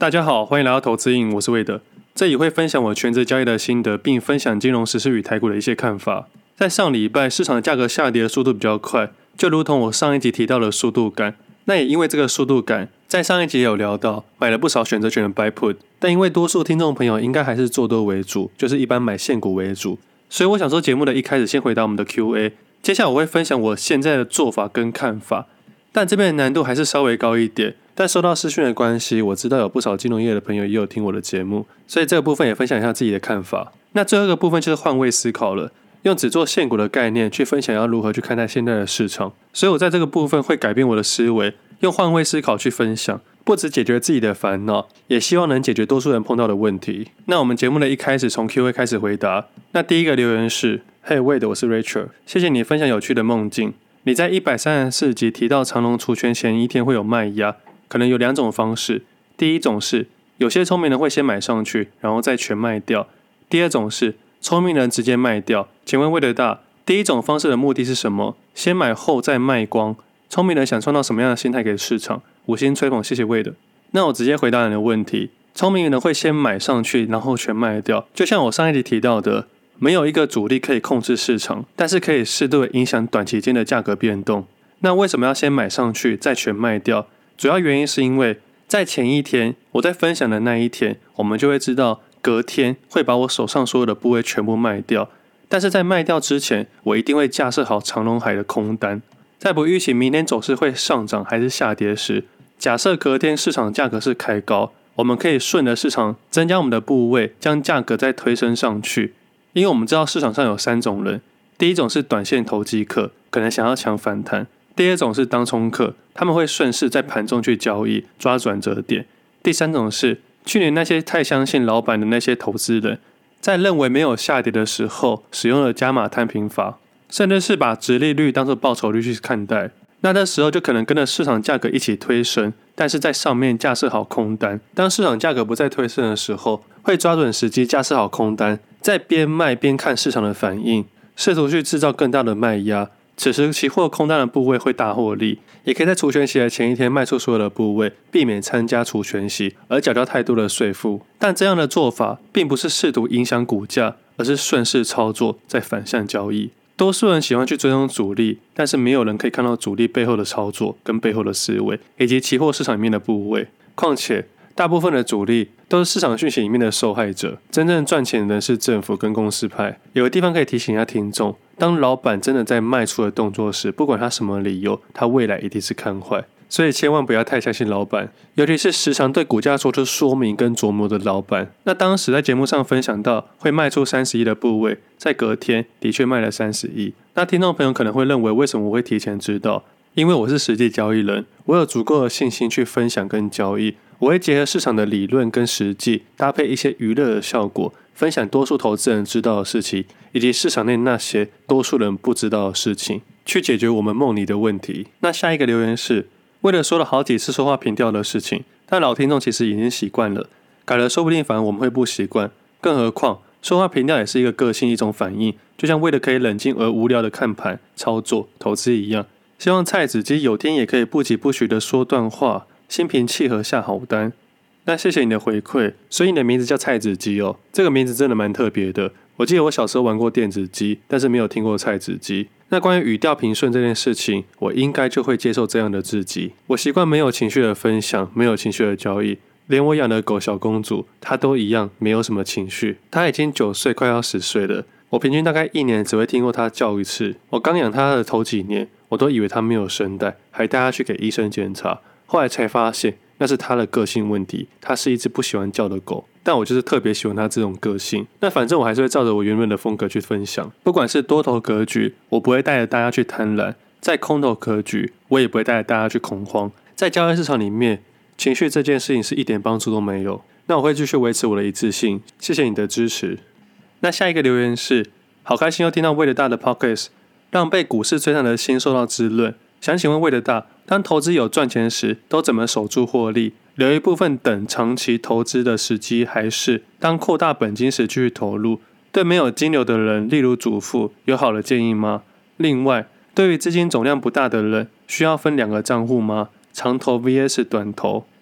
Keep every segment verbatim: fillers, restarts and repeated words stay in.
大家好，欢迎来到投资印，我是魏德。这里会分享我全职交易的心得，并分享金融时事与台股的一些看法。在上礼拜，市场的价格下跌的速度比较快，就如同我上一集提到的速度感。那也因为这个速度感，在上一集也有聊到，买了不少选择权的 buy put， 但因为多数听众朋友应该还是做多为主，就是一般买现股为主，所以我想说节目的一开始先回答我们的 Q A， 接下来我会分享我现在的做法跟看法，但这边的难度还是稍微高一点。但收到私讯的关系，我知道有不少金融业的朋友也有听我的节目，所以这个部分也分享一下自己的看法。那最后一个部分就是换位思考了，用只做现股的概念去分享要如何去看待现在的市场。所以我在这个部分会改变我的思维，用换位思考去分享，不只解决自己的烦恼，也希望能解决多数人碰到的问题。那我们节目的一开始从 Q A 开始回答。那第一个留言是：嘿，喂的，我是 Rachel， 谢谢你分享有趣的梦境。你在一百三十四集提到长龙除权前一天会有卖压，可能有两种方式。第一种是有些聪明人会先买上去，然后再全卖掉。第二种是聪明人直接卖掉。请问魏德大，第一种方式的目的是什么？先买后再卖光，聪明人想创造什么样的心态给市场？五星吹捧，谢谢魏德。那我直接回答你的问题，聪明人会先买上去，然后全卖掉。就像我上一集提到的，没有一个主力可以控制市场，但是可以适度的影响短期间的价格变动。那为什么要先买上去再全卖掉？主要原因是因为在前一天我在分享的那一天，我们就会知道隔天会把我手上所有的部位全部卖掉，但是在卖掉之前，我一定会架设好长荣海的空单。在不预期明天走势会上涨还是下跌时，假设隔天市场价格是开高，我们可以顺着市场增加我们的部位，将价格再推升上去。因为我们知道市场上有三种人，第一种是短线投机客，可能想要抢反弹；第二种是当冲客，他们会顺势在盘中去交易，抓转折点；第三种是去年那些太相信老板的那些投资人，在认为没有下跌的时候，使用了加码摊平法，甚至是把殖利率当作报酬率去看待。那这时候就可能跟着市场价格一起推升，但是在上面架设好空单。当市场价格不再推升的时候，会抓准时机架设好空单，在边卖边看市场的反应，试图去制造更大的卖压。此时期货空单的部位会大获利，也可以在除权息的前一天卖出所有的部位，避免参加除权息而缴交太多的税负。但这样的做法并不是试图影响股价，而是顺势操作，在反向交易。多数人喜欢去追踪主力，但是没有人可以看到主力背后的操作跟背后的思维，以及期货市场里面的部位。况且大部分的主力都是市场讯息里面的受害者，真正赚钱的人是政府跟公司派。有个地方可以提醒一下听众，当老板真的在卖出的动作时，不管他什么理由，他未来一定是看坏，所以千万不要太相信老板，尤其是时常对股价做出说明跟琢磨的老板。那当时在节目上分享到会卖出三十亿的部位，在隔天的确卖了三十亿。那听众朋友可能会认为，为什么我会提前知道？因为我是实际交易人，我有足够的信心去分享跟交易，我会结合市场的理论跟实际，搭配一些娱乐的效果，分享多数投资人知道的事情，以及市场内那些多数人不知道的事情，去解决我们梦里的问题。那下一个留言是，为了说了好几次说话平调的事情，但老听众其实已经习惯了，改了说不定反而我们会不习惯。更何况说话平调也是一个个性，一种反应，就像为了可以冷静而无聊的看盘、操作、投资一样。希望蔡子基有天也可以不疾不徐的说段话，心平气和下好单。那谢谢你的回馈，所以你的名字叫蔡子基哦，这个名字真的蛮特别的。我记得我小时候玩过电子机，但是没有听过蔡子基。那关于语调平顺这件事情，我应该就会接受这样的自己。我习惯没有情绪的分享，没有情绪的交易。连我养的狗小公主，她都一样没有什么情绪。她已经九岁，快要十岁了。我平均大概一年只会听过她叫一次。我刚养她的头几年，我都以为她没有声带，还带她去给医生检查。后来才发现，那是她的个性问题。她是一只不喜欢叫的狗，但我就是特别喜欢她这种个性。那反正我还是会照着我原本的风格去分享。不管是多头格局，我不会带着大家去贪婪；在空头格局，我也不会带着大家去恐慌。在交易市场里面，情绪这件事情是一点帮助都没有。那我会继续维持我的一致性，谢谢你的支持。那下一个留言是，好开心又听到魏德大的 Podcast， 让被股市追上的心受到滋润。想请问魏德大，当投资有赚钱时，都怎么守住获利？留一部分等长期投资的时机，还是当扩大本金时继续投入？对没有金流的人，例如主妇，有好的建议吗？另外，对于资金总量不大的人，需要分两个账户吗？长投 vs 短投，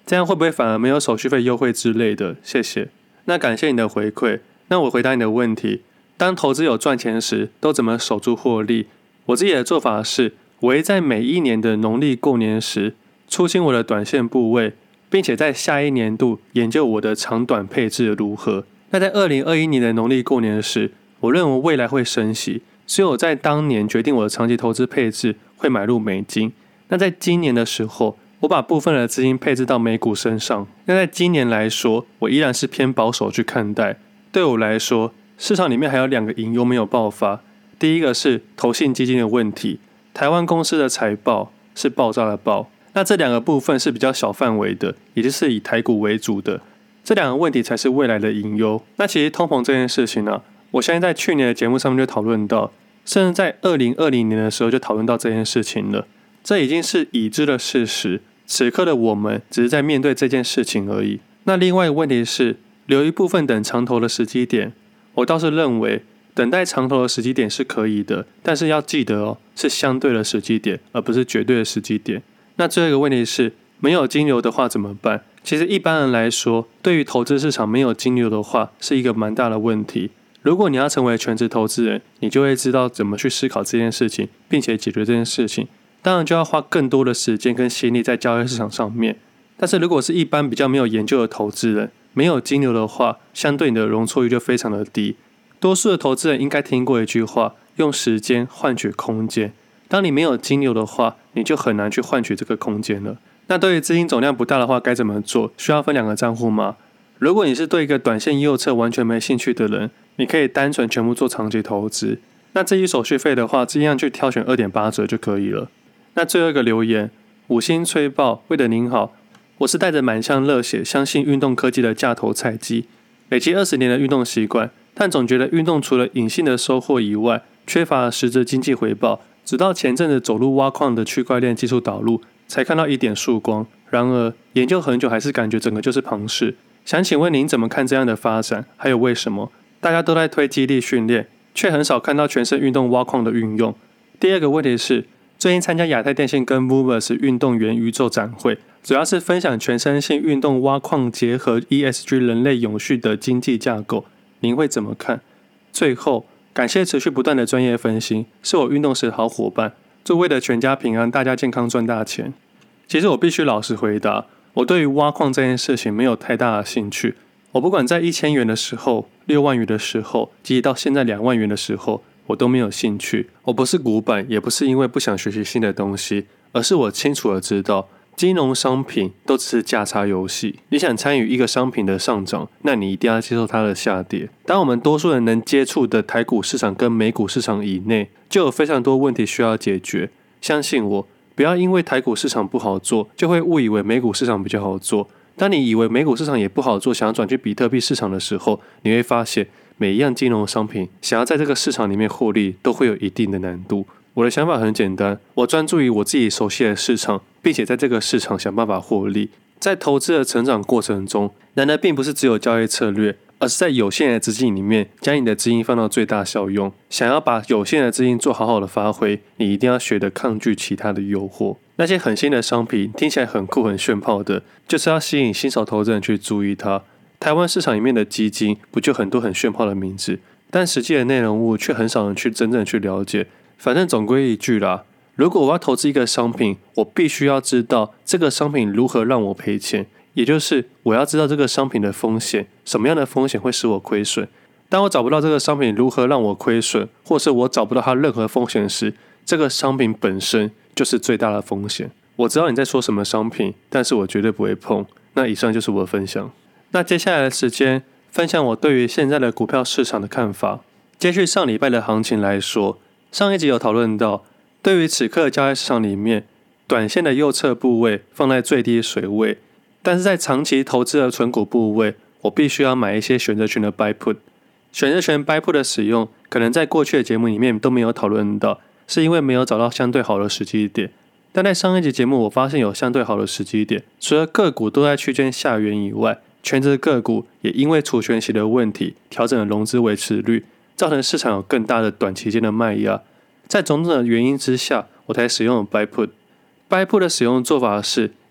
这样会不会反而没有手续费优惠之类的？谢谢。那感谢你的回馈。那我回答你的问题，当投资有赚钱时，都怎么守住获利？我自己的做法是，我会在每一年的农历过年时出清我的短线部位，并且在下一年度研究我的长短配置如何。那在二零二一年的农历过年时，我认为未来会升息，所以我在当年决定我的长期投资配置会买入美金。那在今年的时候，我把部分的资金配置到美股身上。那在今年来说，我依然是偏保守去看待。对我来说，市场里面还有两个隐忧没有爆发。第一个是投信基金的问题，台湾公司的财报是爆炸的爆。那这两个部分是比较小范围的，也就是以台股为主的。这两个问题才是未来的隐忧。那其实通膨这件事情呢、啊，我相信在去年的节目上面就讨论到，甚至在二零二零年的时候就讨论到这件事情了。这已经是已知的事实，此刻的我们只是在面对这件事情而已。那另外一个问题是，留一部分等长头的时机点。我倒是认为，等待长头的时机点是可以的，但是要记得哦，是相对的时机点，而不是绝对的时机点。那最后一个问题是，没有金流的话怎么办？其实一般人来说，对于投资市场没有金流的话，是一个蛮大的问题。如果你要成为全职投资人，你就会知道怎么去思考这件事情，并且解决这件事情。当然就要花更多的时间跟心力在交易市场上面。但是如果是一般比较没有研究的投资人，没有金流的话，相对你的容错率就非常的低。多数的投资人应该听过一句话，用时间换取空间。当你没有金流的话，你就很难去换取这个空间了。那对于资金总量不大的话，该怎么做？需要分两个账户吗？如果你是对一个短线右侧完全没兴趣的人，你可以单纯全部做长期投资。那至于手续费的话，尽量去挑选 二点八 折就可以了。那最后一个留言，五星吹爆，为的您好，我是带着满腔热血，相信运动科技的架头菜鸡，累积二十年的运动习惯，但总觉得运动除了隐性的收获以外，缺乏实质经济回报。直到前阵子走入挖矿的区块链技术导入，才看到一点曙光。然而研究很久，还是感觉整个就是庞氏。想请问您怎么看这样的发展？还有为什么大家都在推肌力训练，却很少看到全身运动挖矿的运用？第二个问题是，最近参加亚太电信跟 Movers 运动元宇宙展会，主要是分享全身性运动挖矿结合 E S G 人类永续的经济架构，您会怎么看？最后，感谢持续不断的专业分析，是我运动时的好伙伴，就为了全家平安，大家健康赚大钱。其实我必须老实回答，我对于挖矿这件事情没有太大的兴趣。我不管在一千元的时候、六万元的时候，及到现在两万元的时候，我都没有兴趣。我不是古板，也不是因为不想学习新的东西，而是我清楚的知道，金融商品都只是价差游戏。你想参与一个商品的上涨，那你一定要接受它的下跌。当我们多数人能接触的台股市场跟美股市场以内，就有非常多问题需要解决。相信我，不要因为台股市场不好做，就会误以为美股市场比较好做。当你以为美股市场也不好做，想要转去比特币市场的时候，你会发现每一样金融商品想要在这个市场里面获利，都会有一定的难度。我的想法很简单，我专注于我自己熟悉的市场，并且在这个市场想办法获利。在投资的成长过程中，难的并不是只有交易策略，而是在有限的资金里面将你的资金放到最大效用。想要把有限的资金做好好的发挥，你一定要学得抗拒其他的诱惑。那些很新的商品听起来很酷很炫炮的，就是要吸引新手投资人去注意它。台湾市场里面的基金不就很多很炫炮的名字，但实际的内容物却很少人去真正去了解。反正总归一句啦，如果我要投资一个商品，我必须要知道这个商品如何让我赔钱，也就是我要知道这个商品的风险，什么样的风险会使我亏损。当我找不到这个商品如何让我亏损，或是我找不到它任何风险时，这个商品本身就是最大的风险。我知道你在说什么商品，但是我绝对不会碰。那以上就是我的分享。那接下来的时间，分享我对于现在的股票市场的看法。接续上礼拜的行情来说，上一集有讨论到，对于此刻的交易市场里面，短线的右侧部位放在最低水位，但是在长期投资的存股部位，我必须要买一些选择权的 buy put。选择权 buy put 的使用，可能在过去的节目里面都没有讨论到，是因为没有找到相对好的时机点。但在上一集节目，我发现有相对好的时机点，除了个股都在区间下缘以外，全职个股也因为除权息的问题，调整了融资维持率，造成市场有更大的短期间的卖压。在种种的原因之下，我才使用了 buy put。buy put 的使用做法是，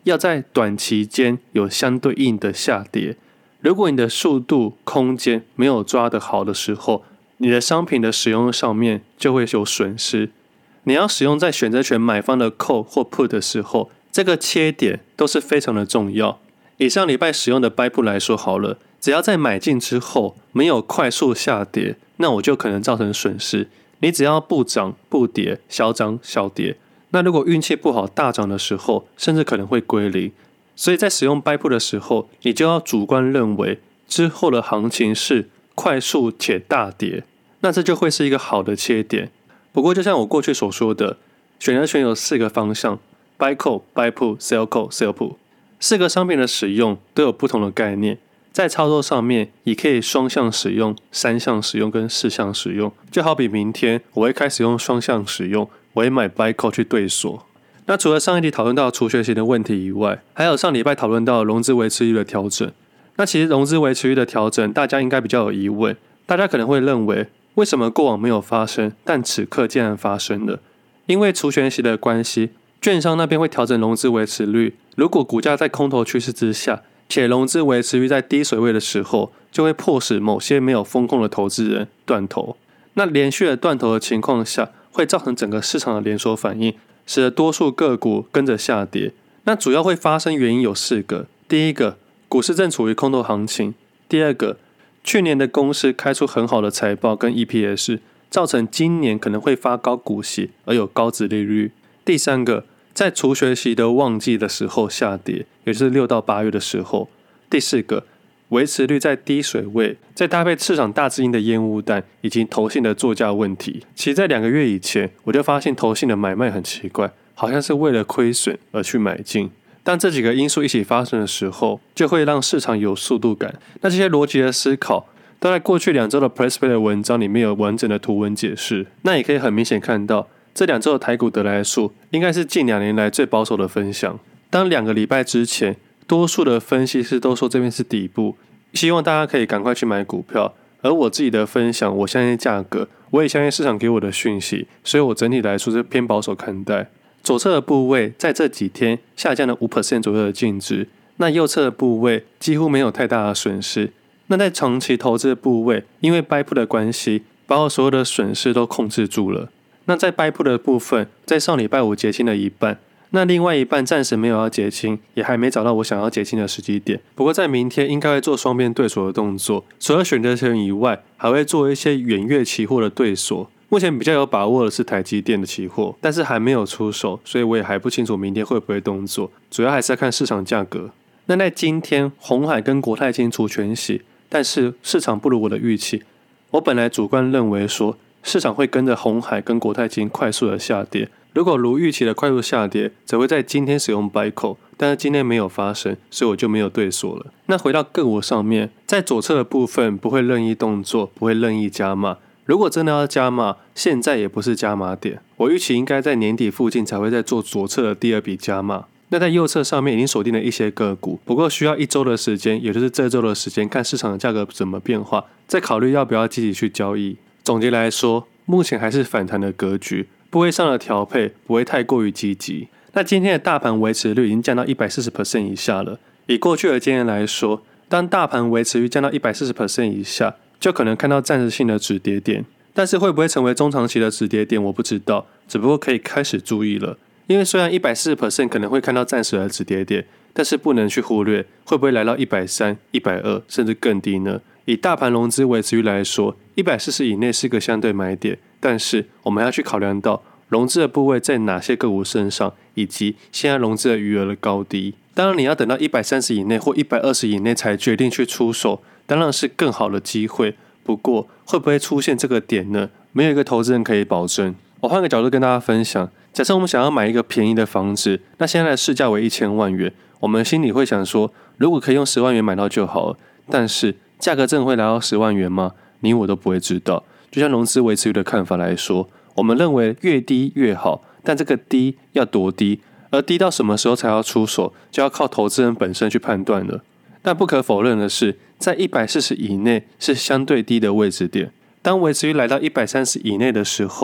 要在短期间有相对应的下跌。如果你的速度、空间没有抓得好的时候，你的商品的使用上面就会有损失。你要使用在选择权买方的 call 或 put 的时候，这个切点都是非常的重要。以上礼拜使用的 buy put 来说好了，只要在买进之后没有快速下跌，那我就可能造成损失。你只要不涨不跌，小涨小跌，那如果运气不好大涨的时候，甚至可能会归零。所以在使用 buy put 的时候，你就要主观认为之后的行情是快速且大跌，那这就会是一个好的切点。不过就像我过去所说的，选择权有四个方向 buy call buy put sell call sell put， 四个商品的使用都有不同的概念，在操作上面也可以双向使用、三项使用跟四项使用。就好比明天我会开始用双向使用，我会买 buy call 去对锁。那除了上一集讨论到除权息的问题以外，还有上礼拜讨论到融资维持率的调整。那其实融资维持率的调整，大家应该比较有疑问，大家可能会认为为什么过往没有发生，但此刻竟然发生了？因为除权息的关系，券商那边会调整融资维持率。如果股价在空头趋势之下，且融资维持率在低水位的时候，就会迫使某些没有风控的投资人断头。那连续的断头的情况下，会造成整个市场的连锁反应，使得多数个股跟着下跌。那主要会发生原因有四个：第一个，股市正处于空头行情；第二个，去年的公司开出很好的财报跟 E P S， 造成今年可能会发高股息而有高殖利率；第三个，在除权息的旺季的时候下跌，也就是六到八月的时候；第四个，维持率在低水位，再搭配市场大资金的烟雾弹以及投信的作价问题。其实在两个月以前，我就发现投信的买卖很奇怪，好像是为了亏损而去买进。当这几个因素一起发生的时候，就会让市场有速度感。那这些逻辑的思考，都在过去两周的 Press Play 的文章里面有完整的图文解释。那也可以很明显看到，这两周的台股得来数应该是近两年来最保守的分享。当两个礼拜之前，多数的分析师都说这边是底部，希望大家可以赶快去买股票。而我自己的分享，我相信价格，我也相信市场给我的讯息，所以我整体来说是偏保守看待。左侧的部位在这几天下降了 百分之五 左右的净值，那右侧的部位几乎没有太大的损失。那在长期投资的部位，因为 buy put 的关系，把我所有的损失都控制住了。那在 buy put 的部分，在上礼拜五结清了一半，那另外一半暂时没有要结清，也还没找到我想要结清的时机点。不过在明天应该会做双边对锁的动作，除了选择权以外，还会做一些远月期货的对锁。目前比较有把握的是台积电的期货，但是还没有出手，所以我也还不清楚明天会不会动作，主要还是要看市场价格。那在今天，鸿海跟国泰金除权息，但是市场不如我的预期。我本来主观认为说，市场会跟着鸿海跟国泰金快速的下跌，如果如预期的快速下跌，则会在今天使用 buy call， 但是今天没有发生，所以我就没有对锁了。那回到个股上面，在左侧的部分不会任意动作，不会任意加码。如果真的要加码，现在也不是加码点，我预期应该在年底附近才会再做左侧的第二笔加码。那在右侧上面已经锁定了一些个股，不过需要一周的时间，也就是这周的时间，看市场的价格怎么变化，再考虑要不要积极去交易。总结来说，目前还是反弹的格局，部位上的调配不会太过于积极。那今天的大盘维持率已经降到 百分之一百四十 以下了。以过去的经验来说，当大盘维持率降到 百分之一百四十 以下，就可能看到暂时性的止跌点，但是会不会成为中长期的止跌点我不知道，只不过可以开始注意了。因为虽然 百分之一百四十 可能会看到暂时的止跌点，但是不能去忽略会不会来到一百三十、一百二十甚至更低呢？以大盘融资维持率来说， 一百四十以内是个相对买点，但是我们要去考量到融资的部位在哪些个股身上，以及现在融资的余额的高低。当然你要等到一百三十以内或一百二十以内才决定去出手，当然是更好的机会，不过会不会出现这个点呢？没有一个投资人可以保证。我换个角度跟大家分享，假设我们想要买一个便宜的房子，那现在的市价为一千万元，我们心里会想说，如果可以用十万元买到就好了，但是价格真的会来到十万元吗？你我都不会知道。就像融资维持率的看法来说，我们认为越低越好，但这个低要多低，而低到什么时候才要出手，就要靠投资人本身去判断了。但不可否认的是，在一百四十以内是相对低的位置点，当维持率来到一百三十以内的时候，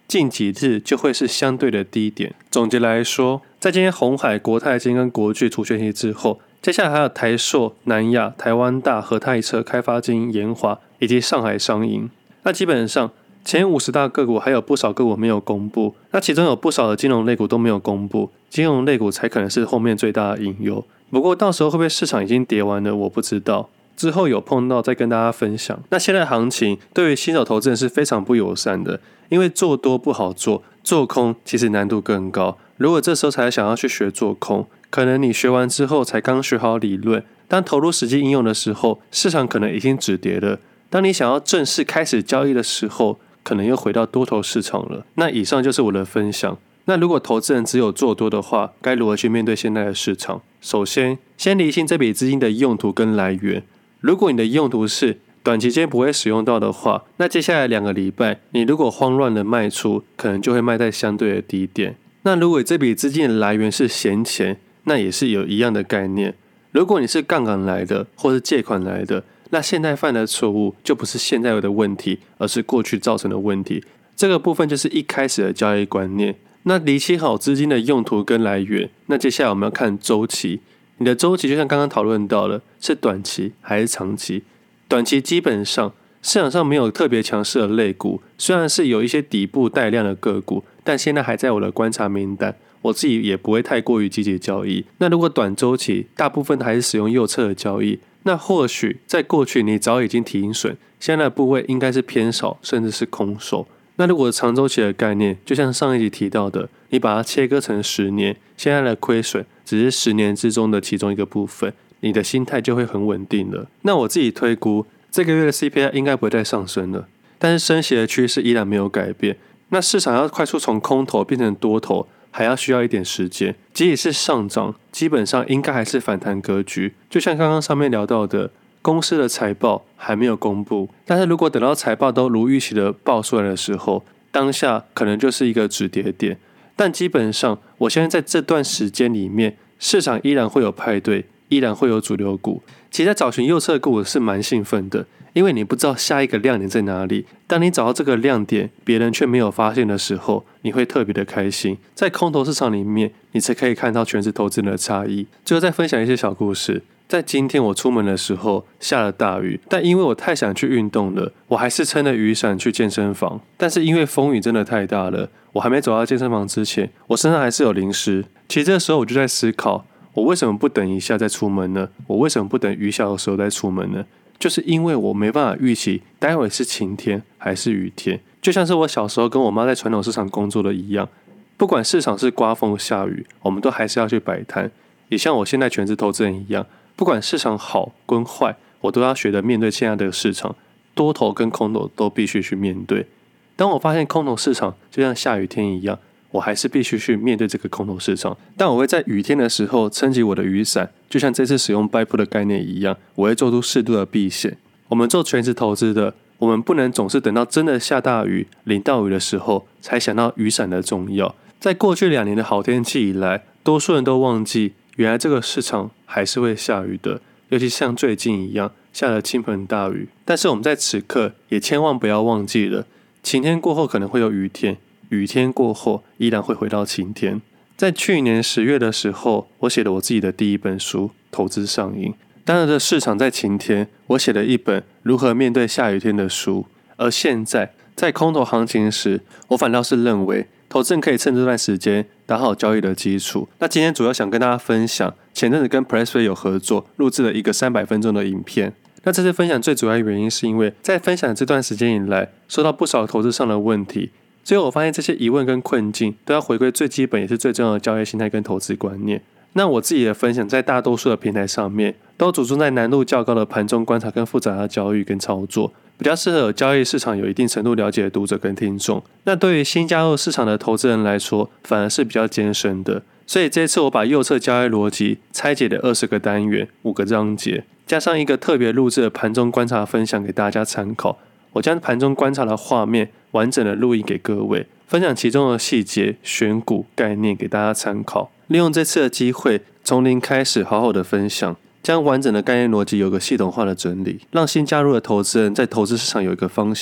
近几日就会是相对的低点。总结来说，在今天鸿海、国泰金跟国巨除权息之后，接下来还有台塑、南亚、台湾大、和泰车、开发金、研华以及上海商银。那基本上前五十大个股还有不少个股没有公布，那其中有不少的金融类股都没有公布，金融类股才可能是后面最大的隐忧。不过到时候会不会市场已经跌完了，我不知道，之后有碰到再跟大家分享。那现在行情对于新手投资人是非常不友善的，因为做多不好做，做空其实难度更高。如果这时候才想要去学做空，可能你学完之后才刚学好理论，当投入实际应用的时候，市场可能已经止跌了。当你想要正式开始交易的时候，可能又回到多头市场了。那以上就是我的分享。那如果投资人只有做多的话，该如何去面对现在的市场？首先，先厘清这笔资金的用途跟来源。如果你的用途是短期间不会使用到的话，那接下来两个礼拜，你如果慌乱的卖出，可能就会卖在相对的低点。那如果这笔资金的来源是闲钱，那也是有一样的概念。如果你是杠杆来的，或是借款来的，那现在犯的错误就不是现在有的问题，而是过去造成的问题。这个部分就是一开始的交易观念。那厘清好资金的用途跟来源，那接下来我们要看周期。你的周期就像刚刚讨论到了，是短期还是长期？短期基本上市场上没有特别强势的类股，虽然是有一些底部带量的个股，但现在还在我的观察名单，我自己也不会太过于积极交易。那如果短周期，大部分还是使用右侧的交易，那或许在过去你早已经停损，现在的部位应该是偏少，甚至是空手。那如果长周期的概念，就像上一集提到的，你把它切割成十年，现在的亏损只是十年之中的其中一个部分，你的心态就会很稳定了。那我自己推估，这个月的 C P I 应该不会再上升了，但是升息的趋势依然没有改变。那市场要快速从空头变成多头，还要需要一点时间。即使是上涨，基本上应该还是反弹格局。就像刚刚上面聊到的，公司的财报还没有公布，但是如果等到财报都如预期的报出来的时候，当下可能就是一个止跌点。但基本上，我相信在这段时间里面，市场依然会有派对，依然会有主流股。其实在找寻右侧股是蛮兴奋的，因为你不知道下一个亮点在哪里。当你找到这个亮点，别人却没有发现的时候，你会特别的开心。在空头市场里面，你才可以看到全职投资人的差异。最后再分享一些小故事。在今天我出门的时候下了大雨，但因为我太想去运动了，我还是撑着雨伞去健身房。但是因为风雨真的太大了，我还没走到健身房之前，我身上还是有淋湿。其实这时候我就在思考，我为什么不等一下再出门呢？我为什么不等雨小的时候再出门呢？就是因为我没办法预期待会是晴天还是雨天。就像是我小时候跟我妈在传统市场工作的一样，不管市场是刮风下雨，我们都还是要去摆摊。也像我现在全职投资人一样，不管市场好跟坏，我都要学着面对现在的市场，多头跟空头都必须去面对。当我发现空头市场就像下雨天一样，我还是必须去面对这个空头市场，但我会在雨天的时候撑起我的雨伞，就像这次使用 buy put 的概念一样，我会做出适度的避险。我们做全职投资的，我们不能总是等到真的下大雨、淋到雨的时候才想到雨伞的重要。在过去两年的好天气以来，多数人都忘记原来这个市场还是会下雨的，尤其像最近一样下了倾盆大雨。但是我们在此刻也千万不要忘记了，晴天过后可能会有雨天，雨天过后依然会回到晴天。在去年十月的时候，我写了我自己的第一本书《投资上瘾》。当然的市场在晴天，我写了一本如何面对下雨天的书。而现在在空头行情时，我反倒是认为投资人可以趁这段时间打好交易的基础。那今天主要想跟大家分享，前阵子跟 Pressplay 有合作录制了一个三百分钟的影片。那这次分享最主要的原因是因为在分享这段时间以来，收到不少投资上的问题，最后我发现这些疑问跟困境都要回归最基本也是最重要的交易心态跟投资观念。那我自己的分享在大多数的平台上面都着重在难度较高的盘中观察跟复杂的交易跟操作，比较适合有交易市场有一定程度了解的读者跟听众。那对于新加入市场的投资人来说，反而是比较艰深的。所以这一次我把右侧交易逻辑拆解了二十个单元，五个章节，加上一个特别录制的盘中观察分享给大家参考。我将盘中观察的画面完整的录音给各位，分享其中的细节、选股概念给大家参考。利用这次的机会，从零开始好好的分享，将完整的概念逻辑有个系统化的整理，让新加入的投资人在投资市场有一个方向，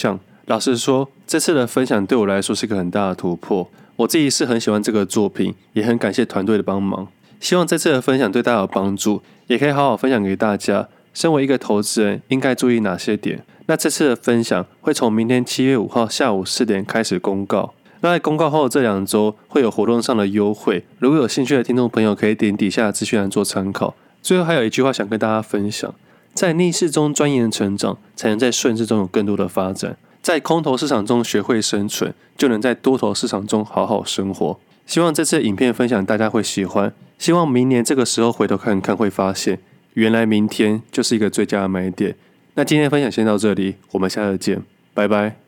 老实说，这次的分享对我来说是一个很大的突破。我自己是很喜欢这个作品，也很感谢团队的帮忙。希望这次的分享对大家有帮助，也可以好好分享给大家。身为一个投资人，应该注意哪些点？那这次的分享会从明天七月五号下午四点开始公告。那在公告后这两周会有活动上的优惠，如果有兴趣的听众朋友可以点底下的资讯栏做参考。最后还有一句话想跟大家分享：在逆势中钻研成长，才能在顺势中有更多的发展。在空头市场中学会生存，就能在多头市场中好好生活。希望这次的影片分享大家会喜欢，希望明年这个时候回头看看会发现，原来明天就是一个最佳的买点。那今天的分享先到这里，我们下次见，拜拜。